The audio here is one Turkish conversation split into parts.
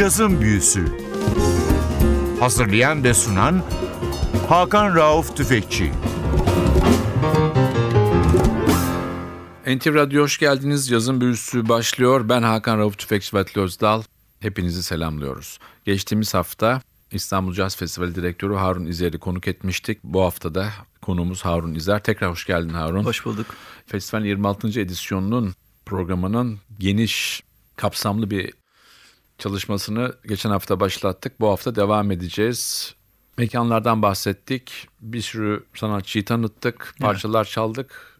Cazın Büyüsü. Hazırlayan ve sunan Hakan Rauf Tüfekçi. NTV Radyo hoş geldiniz. Cazın Büyüsü başlıyor. Ben Hakan Rauf Tüfekçi ve Atli Özdal. Hepinizi selamlıyoruz. Geçtiğimiz hafta İstanbul Caz Festivali Direktörü Harun İzer'i konuk etmiştik. Bu hafta da konuğumuz Harun İzer. Tekrar hoş geldin Harun. Hoş bulduk. Festivalin 26. edisyonunun programının geniş, kapsamlı bir çalışmasını geçen hafta başlattık. Bu hafta devam edeceğiz. Mekanlardan bahsettik. Bir sürü sanatçıyı tanıttık. Parçalar çaldık.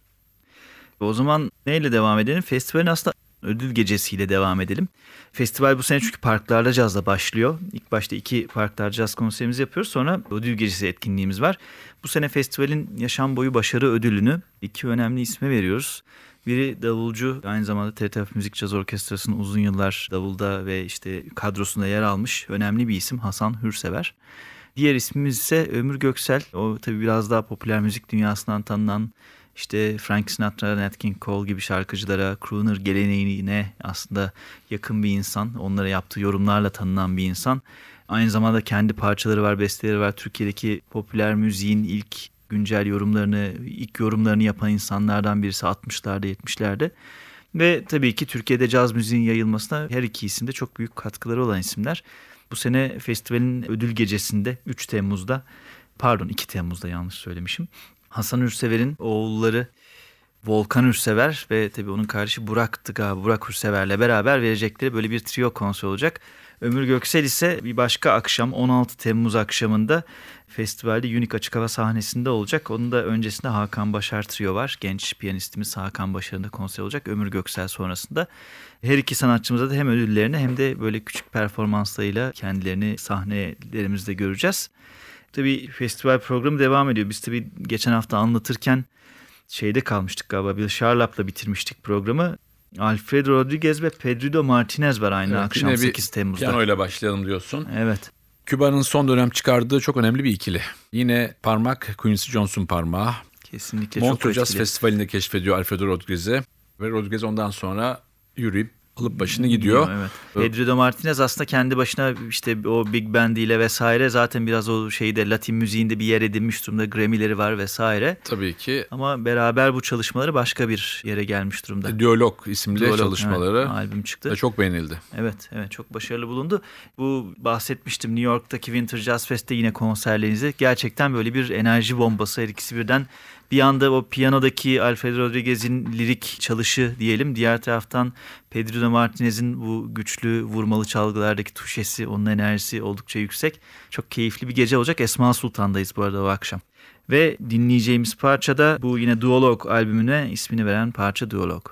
O zaman neyle devam edelim? Festivalin aslında ödül gecesiyle devam edelim. Festival bu sene çünkü Parklarla Caz'la başlıyor. İlk başta 2 Parklarla Caz konserimizi yapıyoruz. Sonra ödül gecesi etkinliğimiz var. Bu sene festivalin yaşam boyu başarı ödülünü 2 önemli isme veriyoruz. Biri davulcu, aynı zamanda TRT Müzik Caz Orkestrası'nın uzun yıllar davulda ve işte kadrosunda yer almış önemli bir isim Hasan Hürsever. Diğer ismimiz ise Ömür Göksel. O tabii biraz daha popüler müzik dünyasından tanınan, İşte Frank Sinatra, Nat King Cole gibi şarkıcılara, crooner geleneğine aslında yakın bir insan. Onlara yaptığı yorumlarla tanınan bir insan. Aynı zamanda kendi parçaları var, besteleri var. Türkiye'deki popüler müziğin ilk güncel yorumlarını, ilk yorumlarını yapan insanlardan birisi 60'larda, 70'lerde. Ve tabii ki Türkiye'de caz müziğin yayılmasına her iki isimde çok büyük katkıları olan isimler. Bu sene festivalin ödül gecesinde 2 Temmuz'da yanlış söylemişim. Hasan Hürsever'in oğulları Volkan Hürsever ve tabii onun kardeşi Burak Hürsever'le beraber verecekleri böyle bir trio konser olacak. Ömür Göksel ise bir başka akşam 16 Temmuz akşamında festivalde Unique Açık Hava sahnesinde olacak. Onun da öncesinde Hakan Başar trio var. Genç piyanistimiz Hakan Başar'ın da konser olacak Ömür Göksel sonrasında. Her iki sanatçımıza da hem ödüllerini hem de böyle küçük performanslarıyla kendilerini sahnelerimizde göreceğiz. Tabii festival programı devam ediyor. Biz tabii geçen hafta anlatırken şeyde kalmıştık galiba. Bill Charlap'la bitirmiştik programı. Alfredo Rodriguez ve Pedro Martinez var aynı akşam 8 Temmuz'da. Piyanoyla başlayalım diyorsun. Evet. Küba'nın son dönem çıkardığı çok önemli bir ikili. Yine parmak Quincy Jones'un parmağı. Kesinlikle Montreux çok Jazz etkili. Festivali'nde keşfediyor Alfredo Rodriguez'i. Ve Rodriguez ondan sonra yürüyüp alıp başını gidiyor. Evet. Pedro Martinez aslında kendi başına işte o Big Band ile vesaire zaten biraz o şeyde Latin müziğinde bir yer edinmiş durumda. Grammy'leri var vesaire. Tabii ki. Ama beraber bu çalışmaları başka bir yere gelmiş durumda. Diyalog isimli çalışmaları. Evet, albüm çıktı. Ve çok beğenildi. Evet çok başarılı bulundu. Bu bahsetmiştim New York'taki Winter Jazz Fest'te yine konserlerinizde gerçekten böyle bir enerji bombası her ikisi birden. Bir anda o piyanodaki Alfredo Rodriguez'in lirik çalışı diyelim. Diğer taraftan Pedro Martinez'in bu güçlü vurmalı çalgılardaki tuşesi, onun enerjisi oldukça yüksek. Çok keyifli bir gece olacak. Esma Sultan'dayız bu arada o akşam. Ve dinleyeceğimiz parça da bu yine Duolog albümüne ismini veren parça Duolog.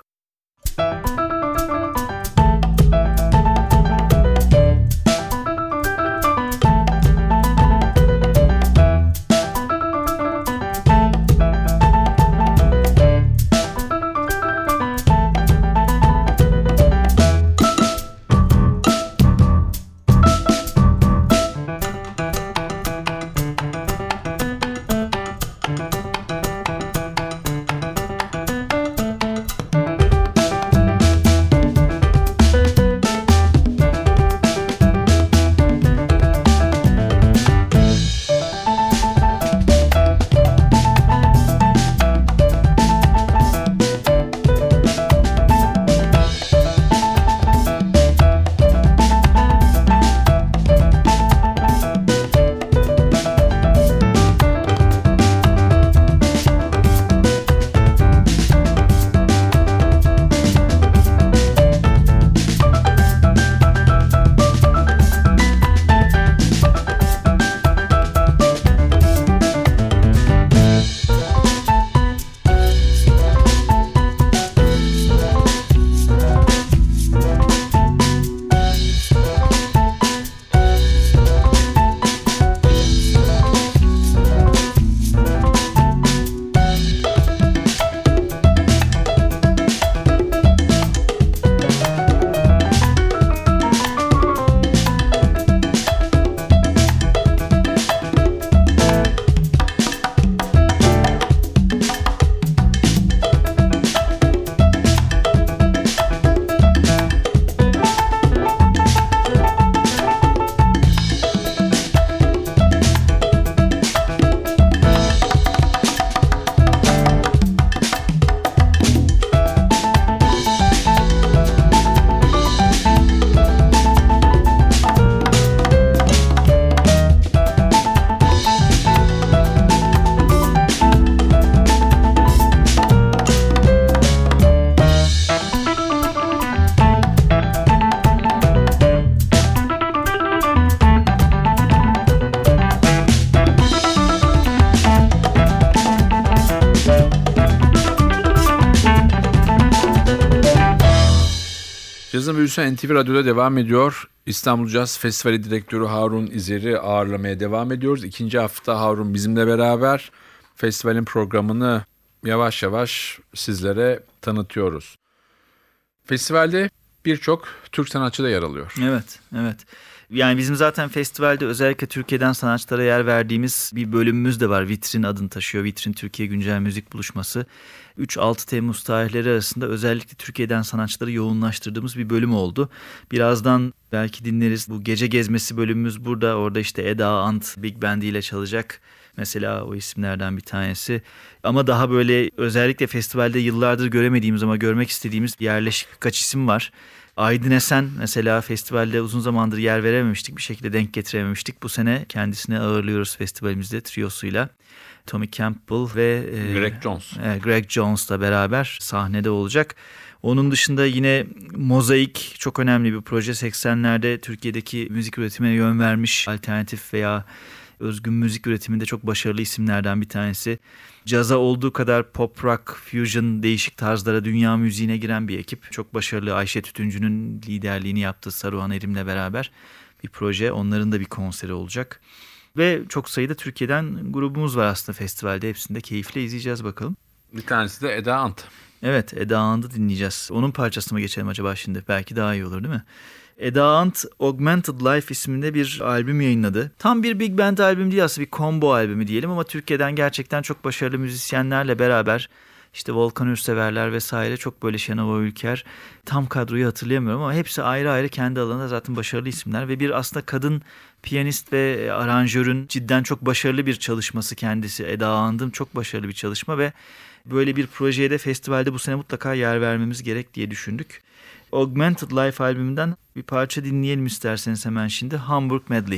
Büyüsü NTV Radyo'da devam ediyor. İstanbul Caz Festivali Direktörü Harun İzer'i ağırlamaya devam ediyoruz. İkinci hafta Harun bizimle beraber festivalin programını yavaş yavaş sizlere tanıtıyoruz. Festivalde birçok Türk sanatçı da yer alıyor. Evet. Yani bizim zaten festivalde özellikle Türkiye'den sanatçılara yer verdiğimiz bir bölümümüz de var. Vitrin adını taşıyor. Vitrin Türkiye Güncel Müzik Buluşması. 3-6 Temmuz tarihleri arasında özellikle Türkiye'den sanatçıları yoğunlaştırdığımız bir bölüm oldu. Birazdan belki dinleriz. Bu gece gezmesi bölümümüz burada. Orada işte Eda Ant Big Band ile çalacak. Mesela o isimlerden bir tanesi. Ama daha böyle özellikle festivalde yıllardır göremediğimiz ama görmek istediğimiz yerleşik birkaç isim var. Aydın Esen mesela festivalde uzun zamandır yer verememiştik. Bir şekilde denk getirememiştik. Bu sene kendisini ağırlıyoruz festivalimizde triyosuyla. Tommy Campbell ve Greg Jones'la beraber sahnede olacak. Onun dışında yine Mozaik çok önemli bir proje. 80'lerde Türkiye'deki müzik üretimine yön vermiş, alternatif veya özgün müzik üretiminde çok başarılı isimlerden bir tanesi. Caza olduğu kadar pop, rock, fusion, değişik tarzlara, dünya müziğine giren bir ekip. Çok başarılı. Ayşe Tütüncü'nün liderliğini yaptığı Saruhan Erim'le beraber bir proje. Onların da bir konseri olacak. Ve çok sayıda Türkiye'den grubumuz var aslında festivalde. Hepsini de keyifle izleyeceğiz bakalım. Bir tanesi de Eda Ant. Evet, Eda Ant'ı dinleyeceğiz. Onun parçasına mı geçelim acaba şimdi? Belki daha iyi olur değil mi? Eda Ant Augmented Life isminde bir albüm yayınladı. Tam bir big band albüm değil aslında, bir combo albümü diyelim ama Türkiye'den gerçekten çok başarılı müzisyenlerle beraber işte Volkan Ürseverler vesaire, çok böyle Şenova Ülker, tam kadroyu hatırlayamıyorum ama hepsi ayrı ayrı kendi alanında zaten başarılı isimler ve bir aslında kadın piyanist ve aranjörün cidden çok başarılı bir çalışması kendisi. Eda Ant'ın çok başarılı bir çalışma ve böyle bir projeye de festivalde bu sene mutlaka yer vermemiz gerek diye düşündük. Augmented Life albümünden bir parça dinleyelim isterseniz hemen şimdi. Hamburg Medley.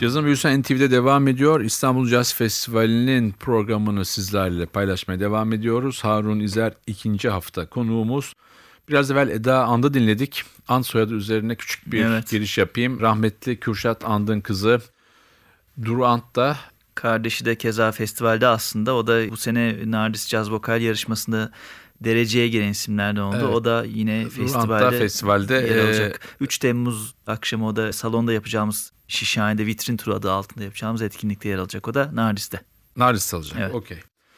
Yazın Büyüsen NTV'de devam ediyor. İstanbul Jazz Festivali'nin programını sizlerle paylaşmaya devam ediyoruz. Harun İzer ikinci hafta konuğumuz. Biraz evvel Eda And'ı dinledik. And soyadı üzerine küçük bir giriş yapayım. Rahmetli Kürşat And'ın kızı Duru And da. Kardeşi de keza festivalde aslında. O da bu sene Nardis Caz Vokal yarışmasında dereceye giren isimlerden oldu. Evet. O da yine festivalde yer alacak. 3 Temmuz akşamı o da salonda yapacağımız Şişhane'de Vitrin Turu adı altında yapacağımız etkinlikte yer alacak. O da Nardis'te. Nardis'te alacak. Evet. Okey.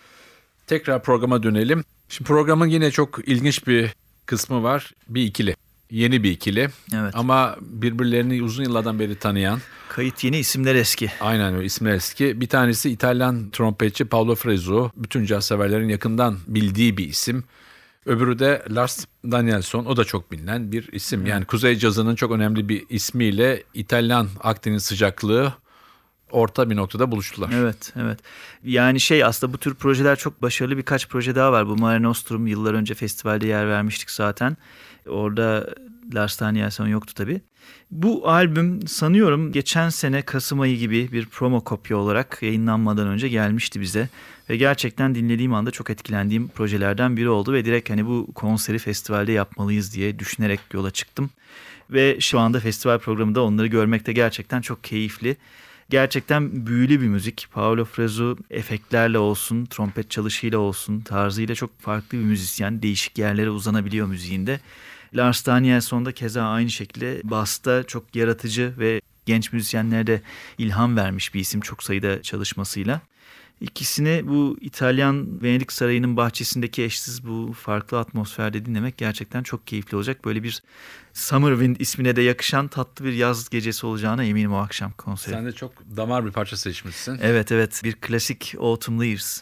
Tekrar programa dönelim. Şimdi programın yine çok ilginç bir kısmı var. Bir ikili. Yeni bir ikili. Evet. Ama birbirlerini uzun yıllardan beri tanıyan. Kayıt yeni, isimler eski. Aynen öyle, isimler eski. Bir tanesi İtalyan trompetçi Paolo Fresu. Bütün caz severlerin yakından bildiği bir isim. Öbürü de Lars Danielsson. O da çok bilinen bir isim. Evet. Yani Kuzey cazının çok önemli bir ismiyle İtalyan Akdeniz sıcaklığı orta bir noktada buluştular. Evet. Yani aslında bu tür projeler çok başarılı, birkaç proje daha var. Bu Mare Nostrum yıllar önce festivalde yer vermiştik zaten. Orada Lars Danielsson yoktu tabii. Bu albüm sanıyorum geçen sene Kasım ayı gibi bir promo kopya olarak yayınlanmadan önce gelmişti bize. Ve gerçekten dinlediğim anda çok etkilendiğim projelerden biri oldu. Ve direkt bu konseri festivalde yapmalıyız diye düşünerek yola çıktım. Ve şu anda festival programında onları görmek de gerçekten çok keyifli. Gerçekten büyülü bir müzik. Paolo Fresu efektlerle olsun, trompet çalışıyla olsun, tarzıyla çok farklı bir müzisyen. Değişik yerlere uzanabiliyor müziğinde. Lars Danielsson da keza aynı şekilde basta çok yaratıcı ve genç müzisyenlere de ilham vermiş bir isim çok sayıda çalışmasıyla. İkisini bu İtalyan Venedik Sarayı'nın bahçesindeki eşsiz bu farklı atmosferde dinlemek gerçekten çok keyifli olacak. Böyle bir Summer Wind ismine de yakışan tatlı bir yaz gecesi olacağına eminim o akşam konseri. Sen de çok damar bir parça seçmişsin. Evet, bir klasik Autumn Leaves.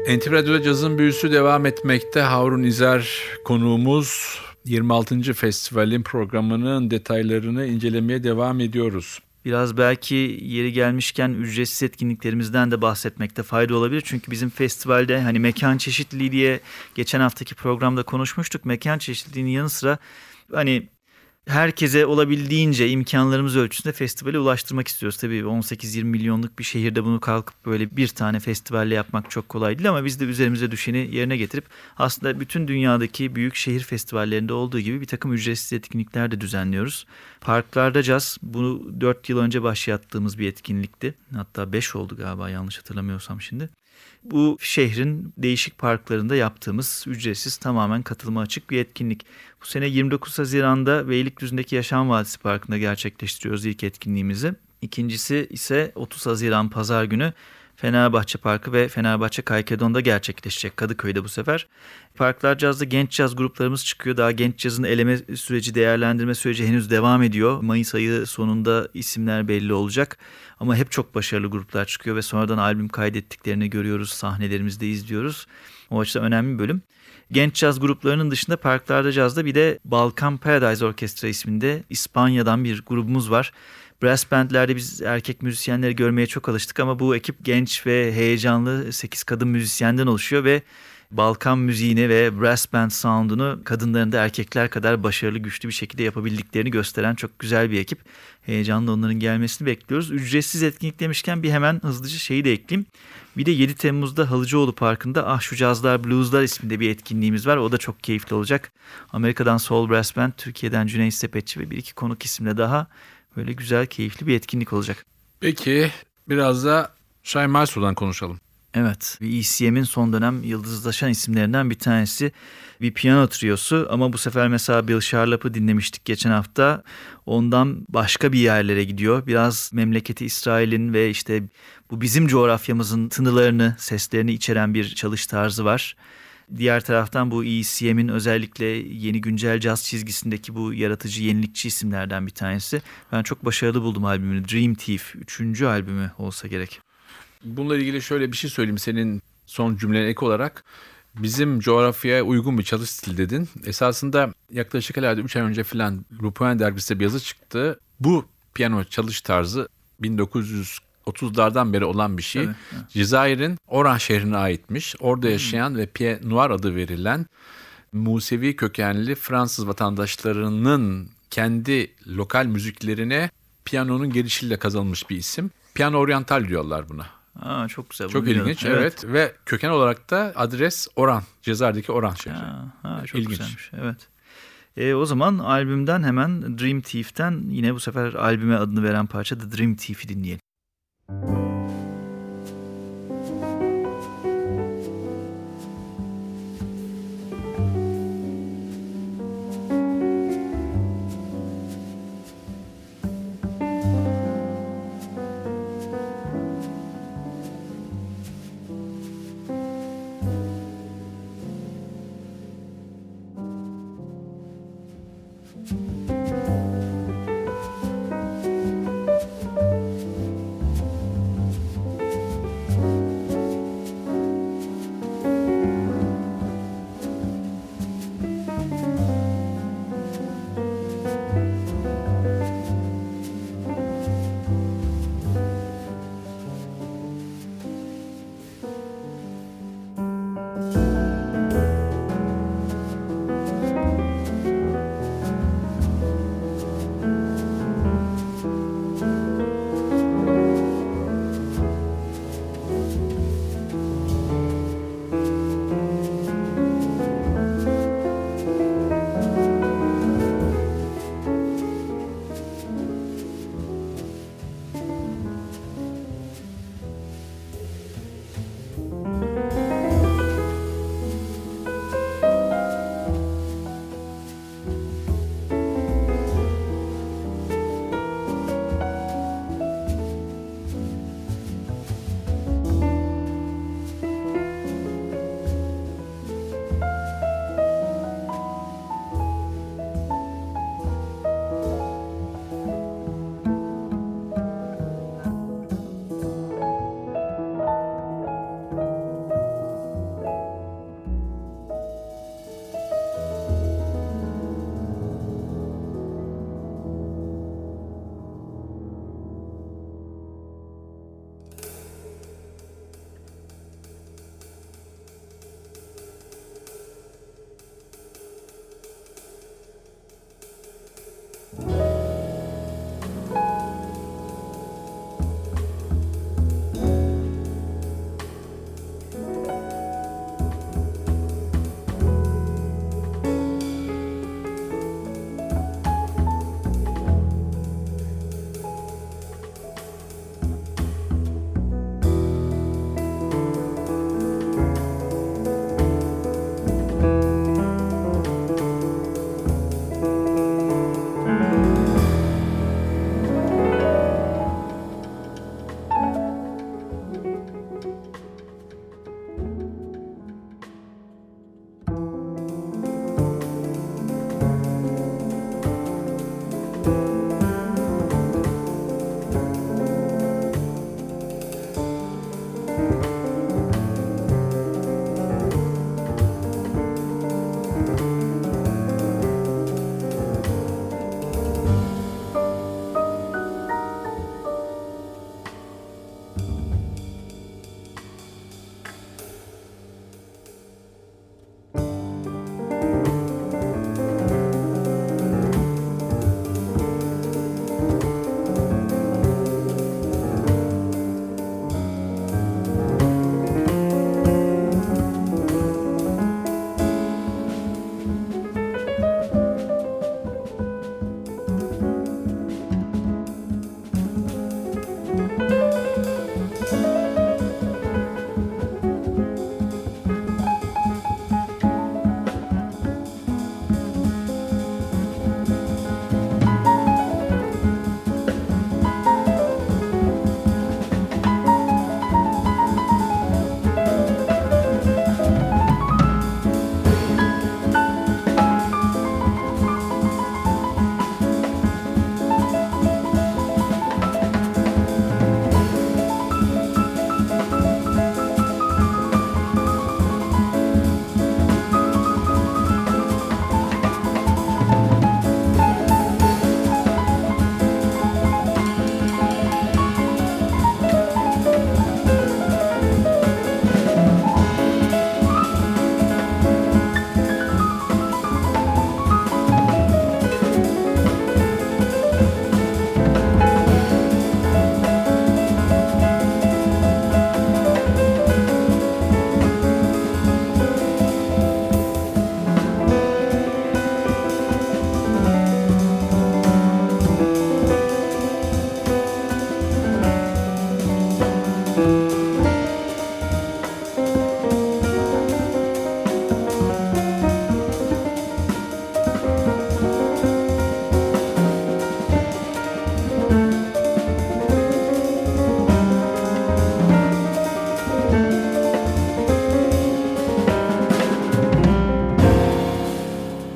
NTV Radyo'da cazın büyüsü devam etmekte. Harun İzer konuğumuz. 26. Festivalin programının detaylarını incelemeye devam ediyoruz. Biraz belki yeri gelmişken ücretsiz etkinliklerimizden de bahsetmekte fayda olabilir. Çünkü bizim festivalde hani mekan çeşitliliği diye geçen haftaki programda konuşmuştuk. Mekan çeşitliliğinin yanı sıra hani herkese olabildiğince imkanlarımız ölçüsünde festivale ulaştırmak istiyoruz. Tabii 18-20 milyonluk bir şehirde bunu kalkıp böyle bir tane festivalle yapmak çok kolay değil ama biz de üzerimize düşeni yerine getirip aslında bütün dünyadaki büyük şehir festivallerinde olduğu gibi bir takım ücretsiz etkinlikler de düzenliyoruz. Parklarda Caz, bunu 4 yıl önce başlattığımız bir etkinlikti. Hatta 5 oldu galiba, yanlış hatırlamıyorsam şimdi. Bu şehrin değişik parklarında yaptığımız ücretsiz, tamamen katılıma açık bir etkinlik. Bu sene 29 Haziran'da Beylikdüzü'ndeki Yaşam Vadisi Parkı'nda gerçekleştiriyoruz ilk etkinliğimizi. İkincisi ise 30 Haziran Pazar günü Fenerbahçe Parkı ve Fenerbahçe Kaykedon'da gerçekleşecek, Kadıköy'de bu sefer. Parklar Caz'da genç caz gruplarımız çıkıyor. Daha genç cazın eleme süreci, değerlendirme süreci henüz devam ediyor. Mayıs ayı sonunda isimler belli olacak. Ama hep çok başarılı gruplar çıkıyor ve sonradan albüm kaydettiklerini görüyoruz, sahnelerimizde izliyoruz. O açıdan önemli bir bölüm. Genç caz gruplarının dışında Parklarda Caz'da bir de Balkan Paradise Orkestra isminde İspanya'dan bir grubumuz var. Brass bandlerde biz erkek müzisyenleri görmeye çok alıştık ama bu ekip genç ve heyecanlı 8 kadın müzisyenden oluşuyor ve Balkan müziğini ve brass band sound'unu kadınların da erkekler kadar başarılı, güçlü bir şekilde yapabildiklerini gösteren çok güzel bir ekip. Heyecanla onların gelmesini bekliyoruz. Ücretsiz etkinlik demişken bir hemen hızlıca şeyi de ekleyeyim. Bir de 7 Temmuz'da Halıcıoğlu Parkı'nda Ah Şu Cazlar Blueslar isminde bir etkinliğimiz var. O da çok keyifli olacak. Amerika'dan Soul Brass Band, Türkiye'den Cüneyt Sepetçi ve bir iki konuk isimle daha böyle güzel, keyifli bir etkinlik olacak. Peki biraz da Shai Marceau'dan konuşalım. Evet, ECM'in son dönem yıldızlaşan isimlerinden bir tanesi, bir piyano triyosu ama bu sefer mesela Bill Charlap'ı dinlemiştik geçen hafta. Ondan başka bir yerlere gidiyor. Biraz memleketi İsrail'in ve işte bu bizim coğrafyamızın tınılarını, seslerini içeren bir çalış tarzı var. Diğer taraftan bu ECM'in özellikle yeni güncel caz çizgisindeki bu yaratıcı, yenilikçi isimlerden bir tanesi. Ben çok başarılı buldum albümünü. Dream Thief, 3. albümü olsa gerek. Bununla ilgili şöyle bir şey söyleyeyim senin son cümlene ek olarak. Bizim coğrafyaya uygun bir çalış stili dedin. Esasında yaklaşık herhalde 3 ay önce falan Lupin dergisinde bir yazı çıktı. Bu piyano çalış tarzı 1930'lardan beri olan bir şey. Evet, evet. Cezayir'in Oran şehrine aitmiş. Orada yaşayan ve Pied Noir adı verilen Musevi kökenli Fransız vatandaşlarının kendi lokal müziklerine piyanonun gelişiyle kazanılmış bir isim. Piano Oriental diyorlar buna. Aa, çok güzel. Çok ilginç, evet. Ve köken olarak da adres Oran, Cezayir'deki Oran şehri. Çok İlginç. güzelmiş, evet. O zaman albümden hemen Dream Thief'ten yine bu sefer albüme adını veren parça The Dream Thief'i dinleyelim.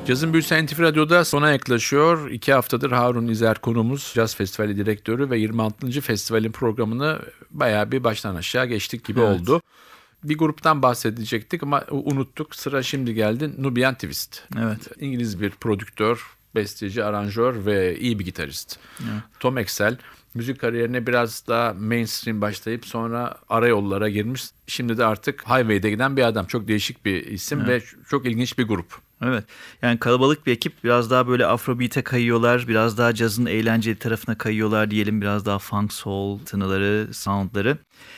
Cazın Büyüsü NTV Radyo'da sona yaklaşıyor. 2 haftadır Harun İzer konuğumuz, Caz Festivali direktörü ve 26. festivalin programını bayağı bir baştan aşağı geçtik gibi oldu. Bir gruptan bahsedecektik ama unuttuk. Sıra şimdi geldi. Nubian Twist. Evet. İngiliz bir prodüktör, besteci, aranjör ve iyi bir gitarist. Evet. Tom Excel müzik kariyerine biraz daha mainstream başlayıp sonra ara yollara girmiş. Şimdi de artık highway'de giden bir adam. Çok değişik bir isim ve çok ilginç bir grup. Evet. Yani kalabalık bir ekip, biraz daha böyle Afrobeat'e kayıyorlar. Biraz daha cazın eğlenceli tarafına kayıyorlar diyelim. Biraz daha funk, soul tınıları, soundları.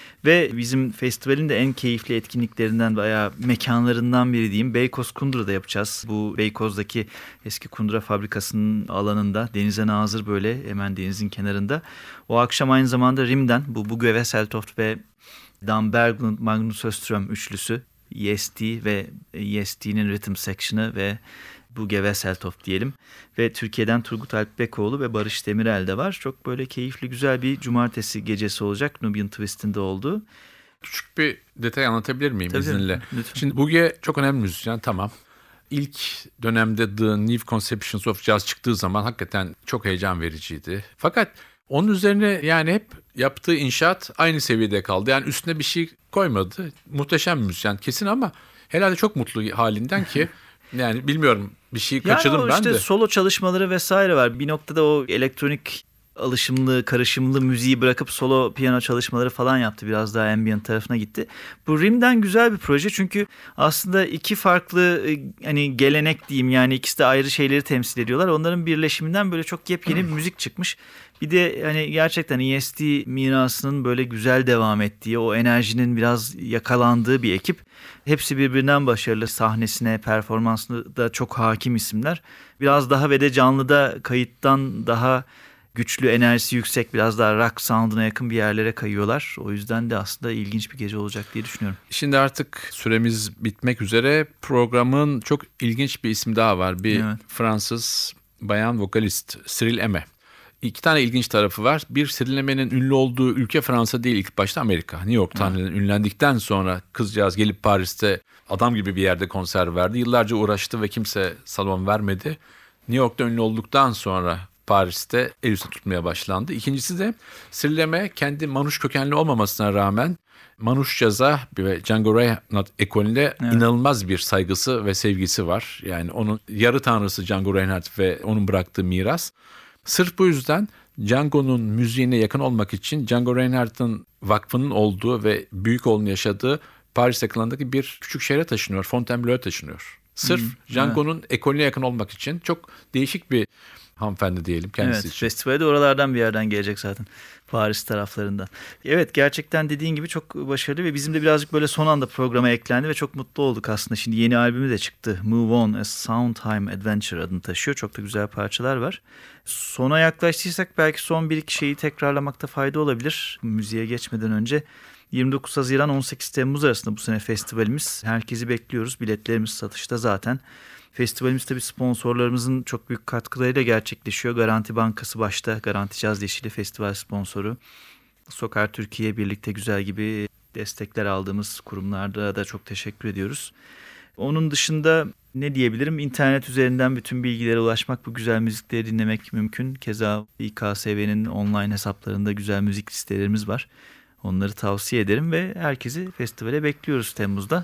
Ve bizim festivalin de en keyifli etkinliklerinden veya mekanlarından biri diyeyim. Beykoz Kundura'da yapacağız. Bu Beykoz'daki eski kundura fabrikasının alanında, denize nazır böyle hemen denizin kenarında. O akşam aynı zamanda Rim'den bu Bugge Wesseltoft ve Dan Berglund, Magnus Öström üçlüsü, EST ve EST'nin Rhythm Section'ı ve Bugge Wesseltoft diyelim. Ve Türkiye'den Turgut Alp Bekoğlu ve Barış Demirel de var. Çok böyle keyifli, güzel bir cumartesi gecesi olacak Nubian Twist'in de olduğu. Küçük bir detay anlatabilir miyim Tabii, izninle? lütfen. Şimdi Bugge çok önemli müzisyen, tamam. İlk dönemde The New Conceptions of Jazz çıktığı zaman hakikaten çok heyecan vericiydi. Fakat onun üzerine yani hep yaptığı inşaat aynı seviyede kaldı. Yani üstüne bir şey koymadı. Muhteşem bir müzisyen kesin ama herhalde çok mutlu halinden ki yani bilmiyorum, bir şey kaçırdım yani ben işte de. Solo çalışmaları vesaire var. Bir noktada o elektronik alışımlı, karışımlı müziği bırakıp solo piyano çalışmaları falan yaptı. Biraz daha ambient tarafına gitti. Bu Rim'den güzel bir proje çünkü aslında iki farklı hani gelenek diyeyim, yani ikisi de ayrı şeyleri temsil ediyorlar. Onların birleşiminden böyle çok yepyeni bir müzik çıkmış. Bir de hani gerçekten EST mirasının böyle güzel devam ettiği, o enerjinin biraz yakalandığı bir ekip. Hepsi birbirinden başarılı, sahnesine, performansına da çok hakim isimler. Biraz daha ve de canlıda kayıttan daha güçlü, enerjisi yüksek, biraz daha rock sound'una yakın bir yerlere kayıyorlar. O yüzden de aslında ilginç bir gece olacak diye düşünüyorum. Şimdi artık süremiz bitmek üzere. Programın çok ilginç bir isim daha var. Bir Fransız bayan vokalist Cyril Eme. 2 tane ilginç tarafı var. Bir, Cyril Eme'nin ünlü olduğu ülke Fransa değil, ilk başta Amerika. New York'tan ünlendikten sonra kızcağız gelip Paris'te adam gibi bir yerde konser verdi. Yıllarca uğraştı ve kimse salon vermedi. New York'ta ünlü olduktan sonra Paris'te el üstü tutmaya başlandı. İkincisi de Cyril Eme kendi Manouche kökenli olmamasına rağmen Manouche Jazz'a ve Django Reinhardt ekolüne inanılmaz bir saygısı ve sevgisi var. Yani onun yarı tanrısı Django Reinhardt ve onun bıraktığı miras. Sırf bu yüzden Django'nun müziğine yakın olmak için Django Reinhardt'ın vakfının olduğu ve büyük oğlunun yaşadığı Paris yakınlarındaki bir küçük şehre taşınıyor. Fontainebleau'ya taşınıyor. Sırf Django'nun ekolüne yakın olmak için. Çok değişik bir hanımefendi diyelim kendisi için. Festivale de oralardan bir yerden gelecek zaten. Paris taraflarından. Evet, gerçekten dediğin gibi çok başarılı ve bizim de birazcık böyle son anda programa eklendi ve çok mutlu olduk aslında. Şimdi yeni albümü de çıktı. Move On A Soundtime Adventure adını taşıyor. Çok da güzel parçalar var. Sona yaklaştıysak belki son bir iki şeyi tekrarlamakta fayda olabilir. Müziğe geçmeden önce 29 Haziran 18 Temmuz arasında bu sene festivalimiz. Herkesi bekliyoruz. Biletlerimiz satışta zaten. Festivalimiz tabii sponsorlarımızın çok büyük katkılarıyla gerçekleşiyor. Garanti Bankası başta, Garanti Caz Yeşili festival sponsoru. Sokar Türkiye birlikte güzel gibi destekler aldığımız kurumlarda da çok teşekkür ediyoruz. Onun dışında ne diyebilirim? İnternet üzerinden bütün bilgilere ulaşmak, bu güzel müzikleri dinlemek mümkün. Keza İKSV'nin online hesaplarında güzel müzik listelerimiz var. Onları tavsiye ederim ve herkesi festivale bekliyoruz Temmuz'da.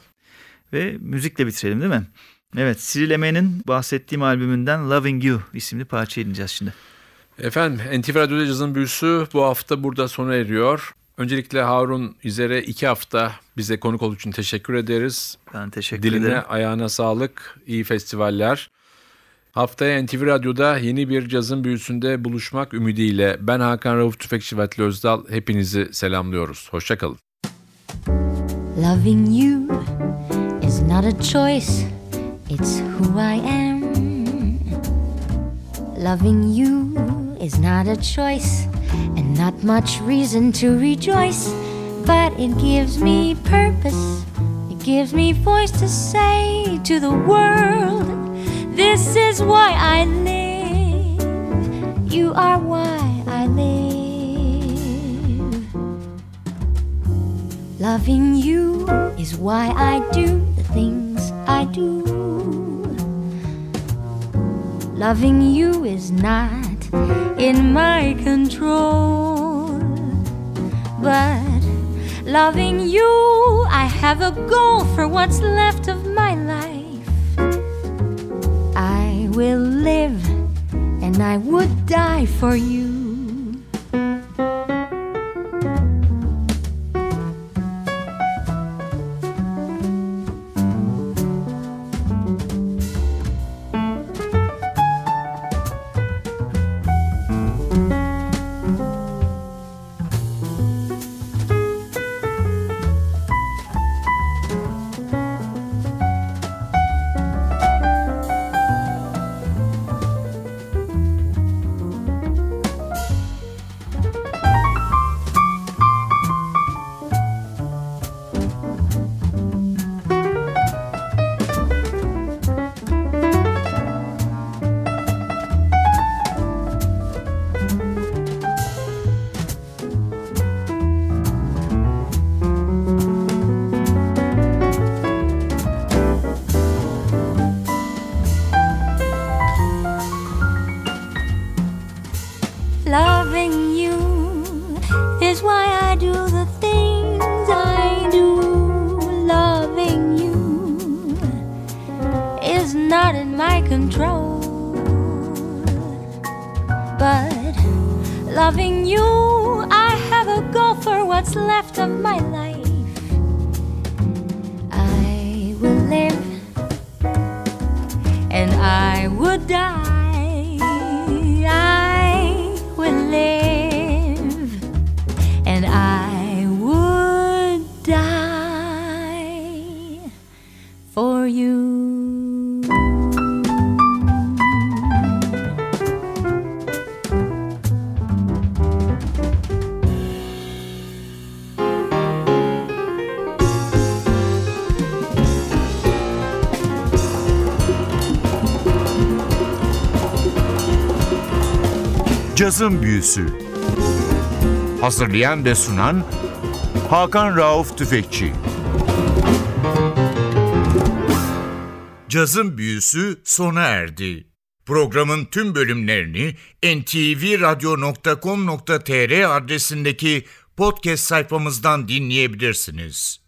Ve müzikle bitirelim değil mi? Evet, Cyril Eme'nin bahsettiğim albümünden Loving You isimli parçayı dinleyeceğiz şimdi. Efendim, NTV Radyo'da Cazın Büyüsü bu hafta burada sona eriyor. Öncelikle Harun İzer'e 2 hafta bize konuk olduğu için teşekkür ederiz. Ben teşekkür ederim. Diline, ayağına sağlık, iyi festivaller. Haftaya NTV Radyo'da yeni bir Cazın Büyüsü'nde buluşmak ümidiyle ben Hakan Rauf Tüfekçi ve Atli Özdal hepinizi selamlıyoruz. Hoşça kalın. Loving you is not a choice, it's who I am. Loving you is not a choice and not much reason to rejoice, but it gives me purpose, it gives me voice to say to the world, this is why I live, you are why I live. Loving you is why I do the things I do. Loving you is not in my control. But loving you, I have a goal for what's left of my life. I will live and I would die for you. Loving you is why I do the things I do. Loving you is not in my control. But loving you, I have a goal for what's left of my life. I will live and I would die. Live and I would die for you. Cazın Büyüsü. Hazırlayan ve sunan Hakan Rauf Tüfekçi. Cazın Büyüsü sona erdi. Programın tüm bölümlerini ntvradio.com.tr adresindeki podcast sayfamızdan dinleyebilirsiniz.